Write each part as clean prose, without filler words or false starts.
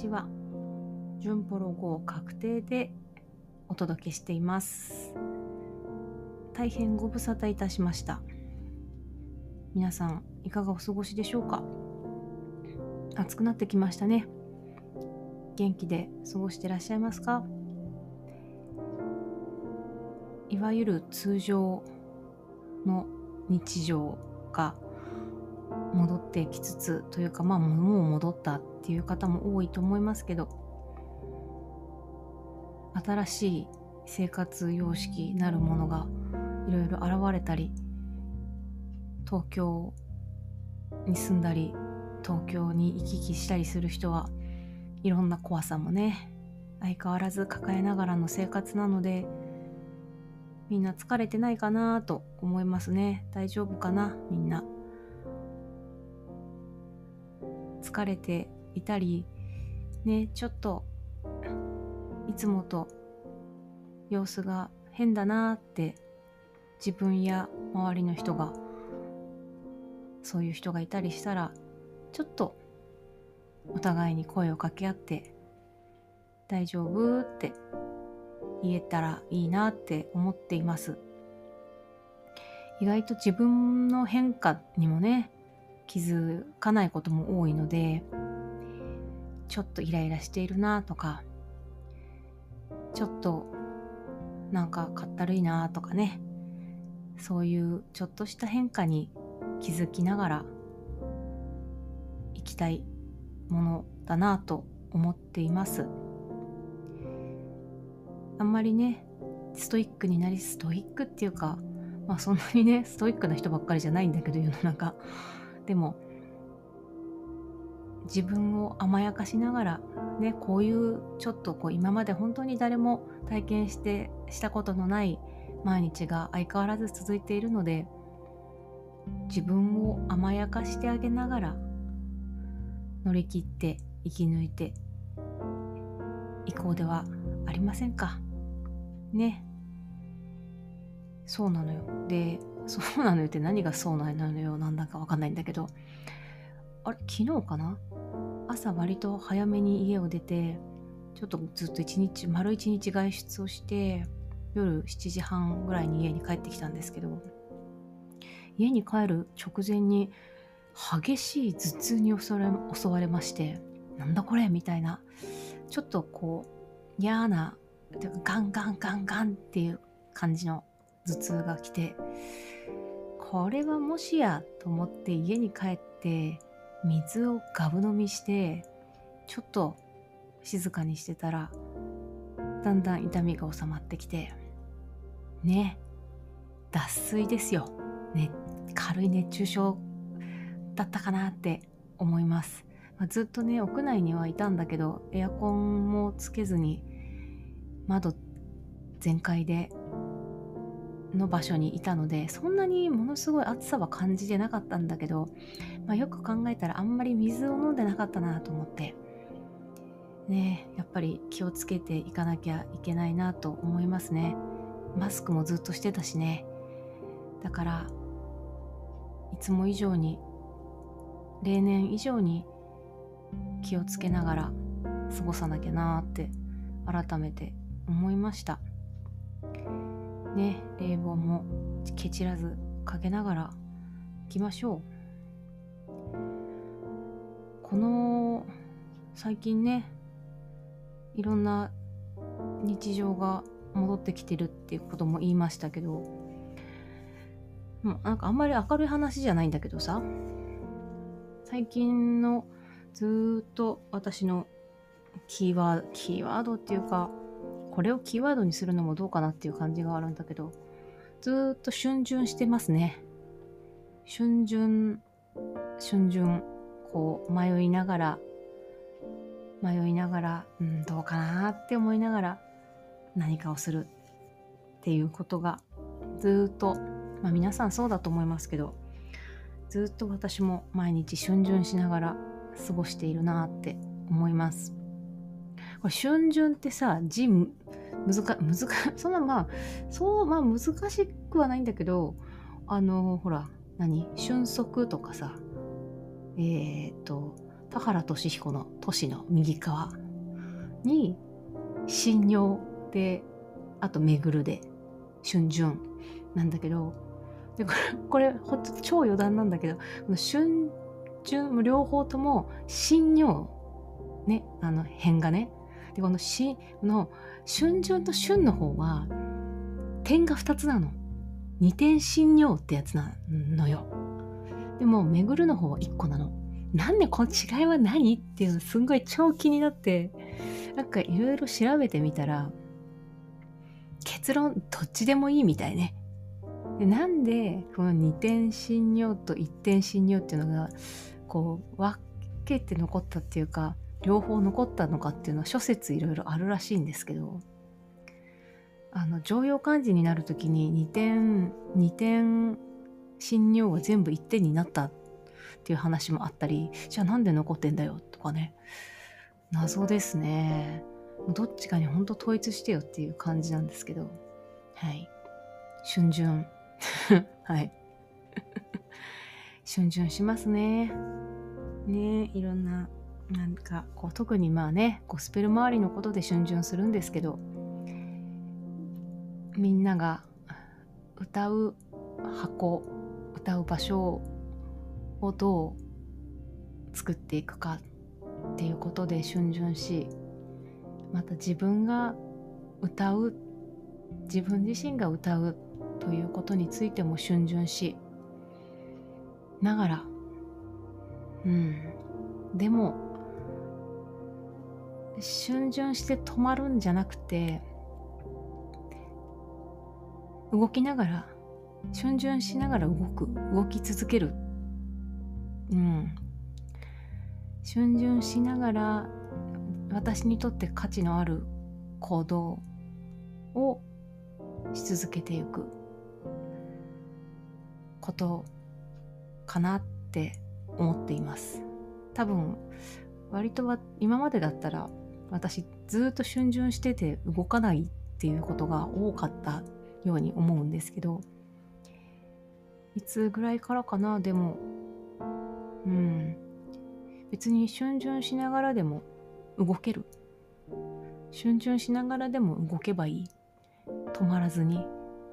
私は順ポロ号確定でお届けしています。大変ご無沙汰いたしました。皆さんいかがお過ごしでしょうか。暑くなってきましたね。元気で過ごしてらっしゃいますか。いわゆる通常の日常が戻ってきつつというか、もう戻ったっていう方も多いと思いますけど、新しい生活様式なるものがいろいろ現れたり、東京に住んだり東京に行き来したりする人はいろんな怖さもね相変わらず抱えながらの生活なので、みんな疲れてないかなと思いますね。大丈夫かな、みんな。疲れていたりね、ちょっといつもと様子が変だなって自分や周りの人がそういう人がいたりしたら、ちょっとお互いに声を掛け合って大丈夫って言えたらいいなって思っています。意外と自分の変化にもね気づかないことも多いので、ちょっとイライラしているなとか、ちょっとなんかかったるいなとかね、そういうちょっとした変化に気づきながら生きたいものだなと思っています。あんまりねストイックになり、ストイックっていうか、そんなにねストイックな人ばっかりじゃないんだけど世の中でも、自分を甘やかしながらね、こういうちょっと今まで本当に誰も体験したことのない毎日が相変わらず続いているので、自分を甘やかしてあげながら乗り切って生き抜いていこうではありませんかね。そうなのよ。で、そうなのよって何がそうなのよなんだかわかんないんだけど、昨日かな、朝割と早めに家を出て、ちょっとずっと丸一日外出をして、夜7時半ぐらいに家に帰ってきたんですけど、家に帰る直前に激しい頭痛に襲われまして、なんだこれみたいな、ちょっと嫌なガンガンガンガンっていう感じの頭痛が来て、これはもしやと思って家に帰って水をガブ飲みしてちょっと静かにしてたら、だんだん痛みが収まってきてね、脱水ですよね。軽い熱中症だったかなって思います。ずっとね屋内にはいたんだけど、エアコンもつけずに窓全開での場所にいたので、そんなにものすごい暑さは感じてなかったんだけど、よく考えたらあんまり水を飲んでなかったなと思ってね、やっぱり気をつけていかなきゃいけないなと思いますね。マスクもずっとしてたしね。だからいつも以上に、例年以上に気をつけながら過ごさなきゃなって改めて思いましたね。冷房もケチらずかけながら行きましょう。この最近ね、いろんな日常が戻ってきてるっていうことも言いましたけど、なんかあんまり明るい話じゃないんだけどさ、最近のずっと私のキーワードっていうか、これをキーワードにするのもどうかなっていう感じがあるんだけど、ずっと逡巡してますね。逡巡迷いながら、どうかなって思いながら何かをするっていうことがずっと、皆さんそうだと思いますけど、ずっと私も毎日逡巡しながら過ごしているなって思います。これ逡巡ってさ、そんな難しくはないんだけど、ほら瞬足とかさ、 田原俊彦の都市の右側に神尿で、あとめぐるで春巡なんだけど、でこれほんと超余談なんだけど、この春巡両方とも神尿ね、辺がね、でこの春巡と春の方は点が2つなの。二点神尿ってやつなのよ。でもめぐるの方は1個なの。なんでこの違いは何っていうのすんごい超気になって、なんかいろいろ調べてみたら、結論どっちでもいいみたいね。でなんでこの二点神尿と一点神尿っていうのがこう分けて残ったっていうか、両方残ったのかっていうのは諸説いろいろあるらしいんですけど、常用漢字になるときに二点神尿が全部一点になったっていう話もあったり、じゃあなんで残ってんだよとかね、謎ですね。どっちかに本当統一してよっていう感じなんですけど、はい、春巡はい春巡しますね。ね、いろんななんかこう特にまあね、ゴスペル周りのことで春巡するんですけど、みんなが歌う箱、歌う場所をどう作っていくかっていうことで春巡し、また自分自身が歌うということについても春巡しながら、でも春巡して止まるんじゃなくて、動きながら、春巡しながら動き続ける。春巡しながら私にとって価値のある行動をし続けていくことかなって思っています。多分割と今までだったら私ずっと春巡してて動かないっていうことが多かったように思うんですけど、いつぐらいからかな。でも別に春巡しながらでも動ける。春巡しながらでも動けばいい。止まらずに。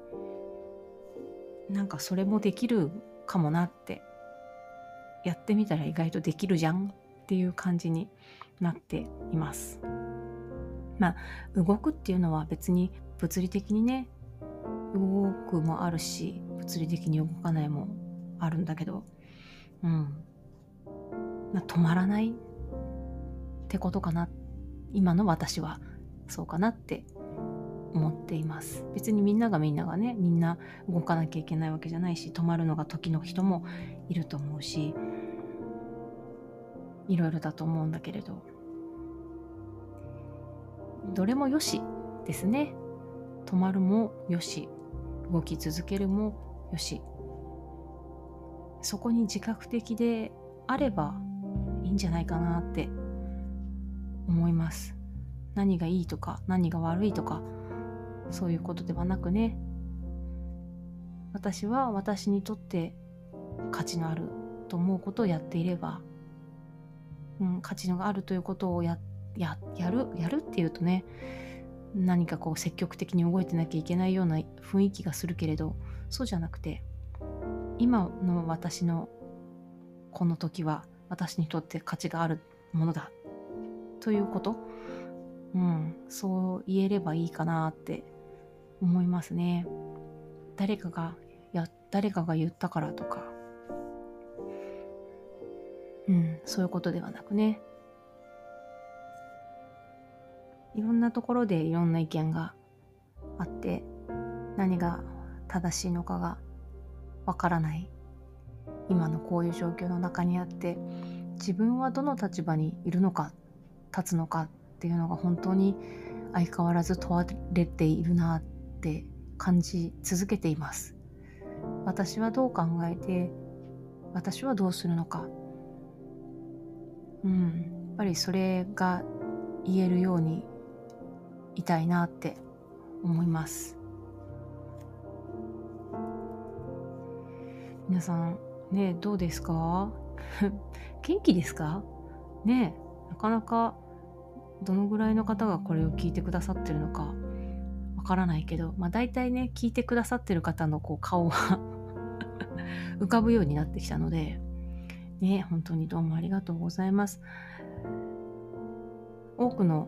なんかそれもできるかもなって。やってみたら意外とできるじゃんっていう感じになっています。まあ動くっていうのは別に物理的にね、動くもあるし、物理的に動かないもあるんだけど、止まらないってことかな。今の私はそうかなって思っています。別にみんながね、みんな動かなきゃいけないわけじゃないし、止まるのが時の人もいると思うし、いろいろだと思うんだけれど、どれもよしですね。止まるもよし、動き続けるもよし、そこに自覚的であればいいんじゃないかなって思います。何がいいとか何が悪いとかそういうことではなくね、私は私にとって価値のあると思うことをやっていれば、価値のあるということをやるっていうとね、何かこう積極的に動いてなきゃいけないような雰囲気がするけれど、そうじゃなくて、今の私のこの時は私にとって価値があるものだということ、そう言えればいいかなって思いますね。誰かが言ったからとか、そういうことではなくね、いろんなところでいろんな意見があって、何が正しいのかがわからない今のこういう状況の中にあって、自分はどの立場にいるのか立つのかっていうのが本当に相変わらず問われているなって感じ続けています。私はどう考えて、私はどうするのか、やっぱりそれが言えるようにいたいなって思います。皆さんね、どうですか元気ですか？ ねなかなかどのぐらいの方がこれを聞いてくださってるのかわからないけど、大体ね、聞いてくださってる方のこう顔は浮かぶようになってきたので、ね、本当にどうもありがとうございます。多くの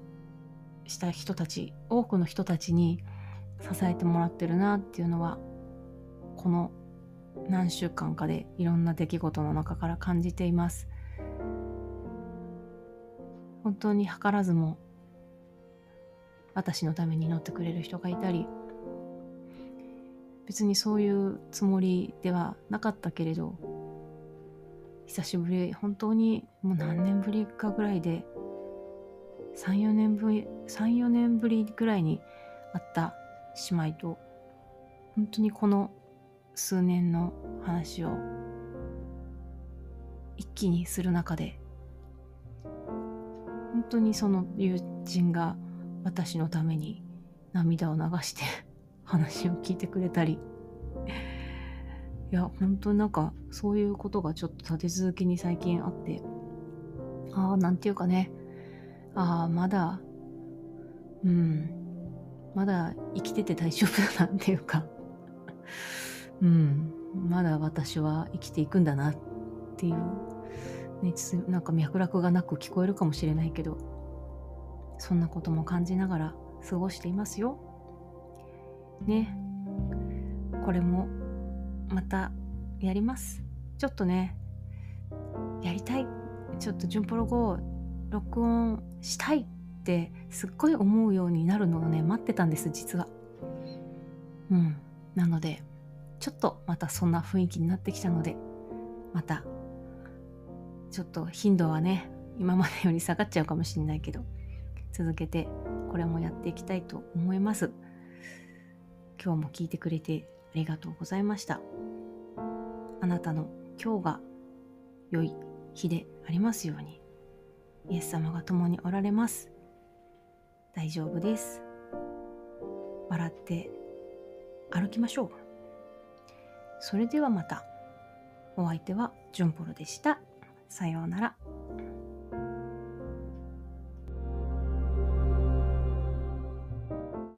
多くの人たちに支えてもらってるなっていうのは、この何週間かでいろんな出来事の中から感じています。本当に図らずも私のために祈ってくれる人がいたり、別にそういうつもりではなかったけれど、久しぶり、本当にもう何年ぶりかぐらいで、3、4年ぶりぐらいに会った姉妹と、本当にこの数年の話を一気にする中で、本当にその友人が私のために涙を流して話を聞いてくれたり、いや本当になんかそういうことがちょっと立て続けに最近あって、なんていうかね、まだまだ生きてて大丈夫だなっていうかまだ私は生きていくんだなっていう、ね、なんか脈絡がなく聞こえるかもしれないけど、そんなことも感じながら過ごしていますよ。ね、これもまたやります。ちょっとね、やりたい。ちょっとジュンポロ5を録音したいってすっごい思うようになるのをね、待ってたんです、実は。なので、ちょっとまたそんな雰囲気になってきたので、また、ちょっと頻度はね、今までより下がっちゃうかもしれないけど、続けてこれもやっていきたいと思います。今日も聞いてくれてありがとうございました。あなたの今日が良い日でありますように。イエス様が共におられます。大丈夫です。笑って歩きましょう。それではまた。お相手はジュンポロでした。さようなら。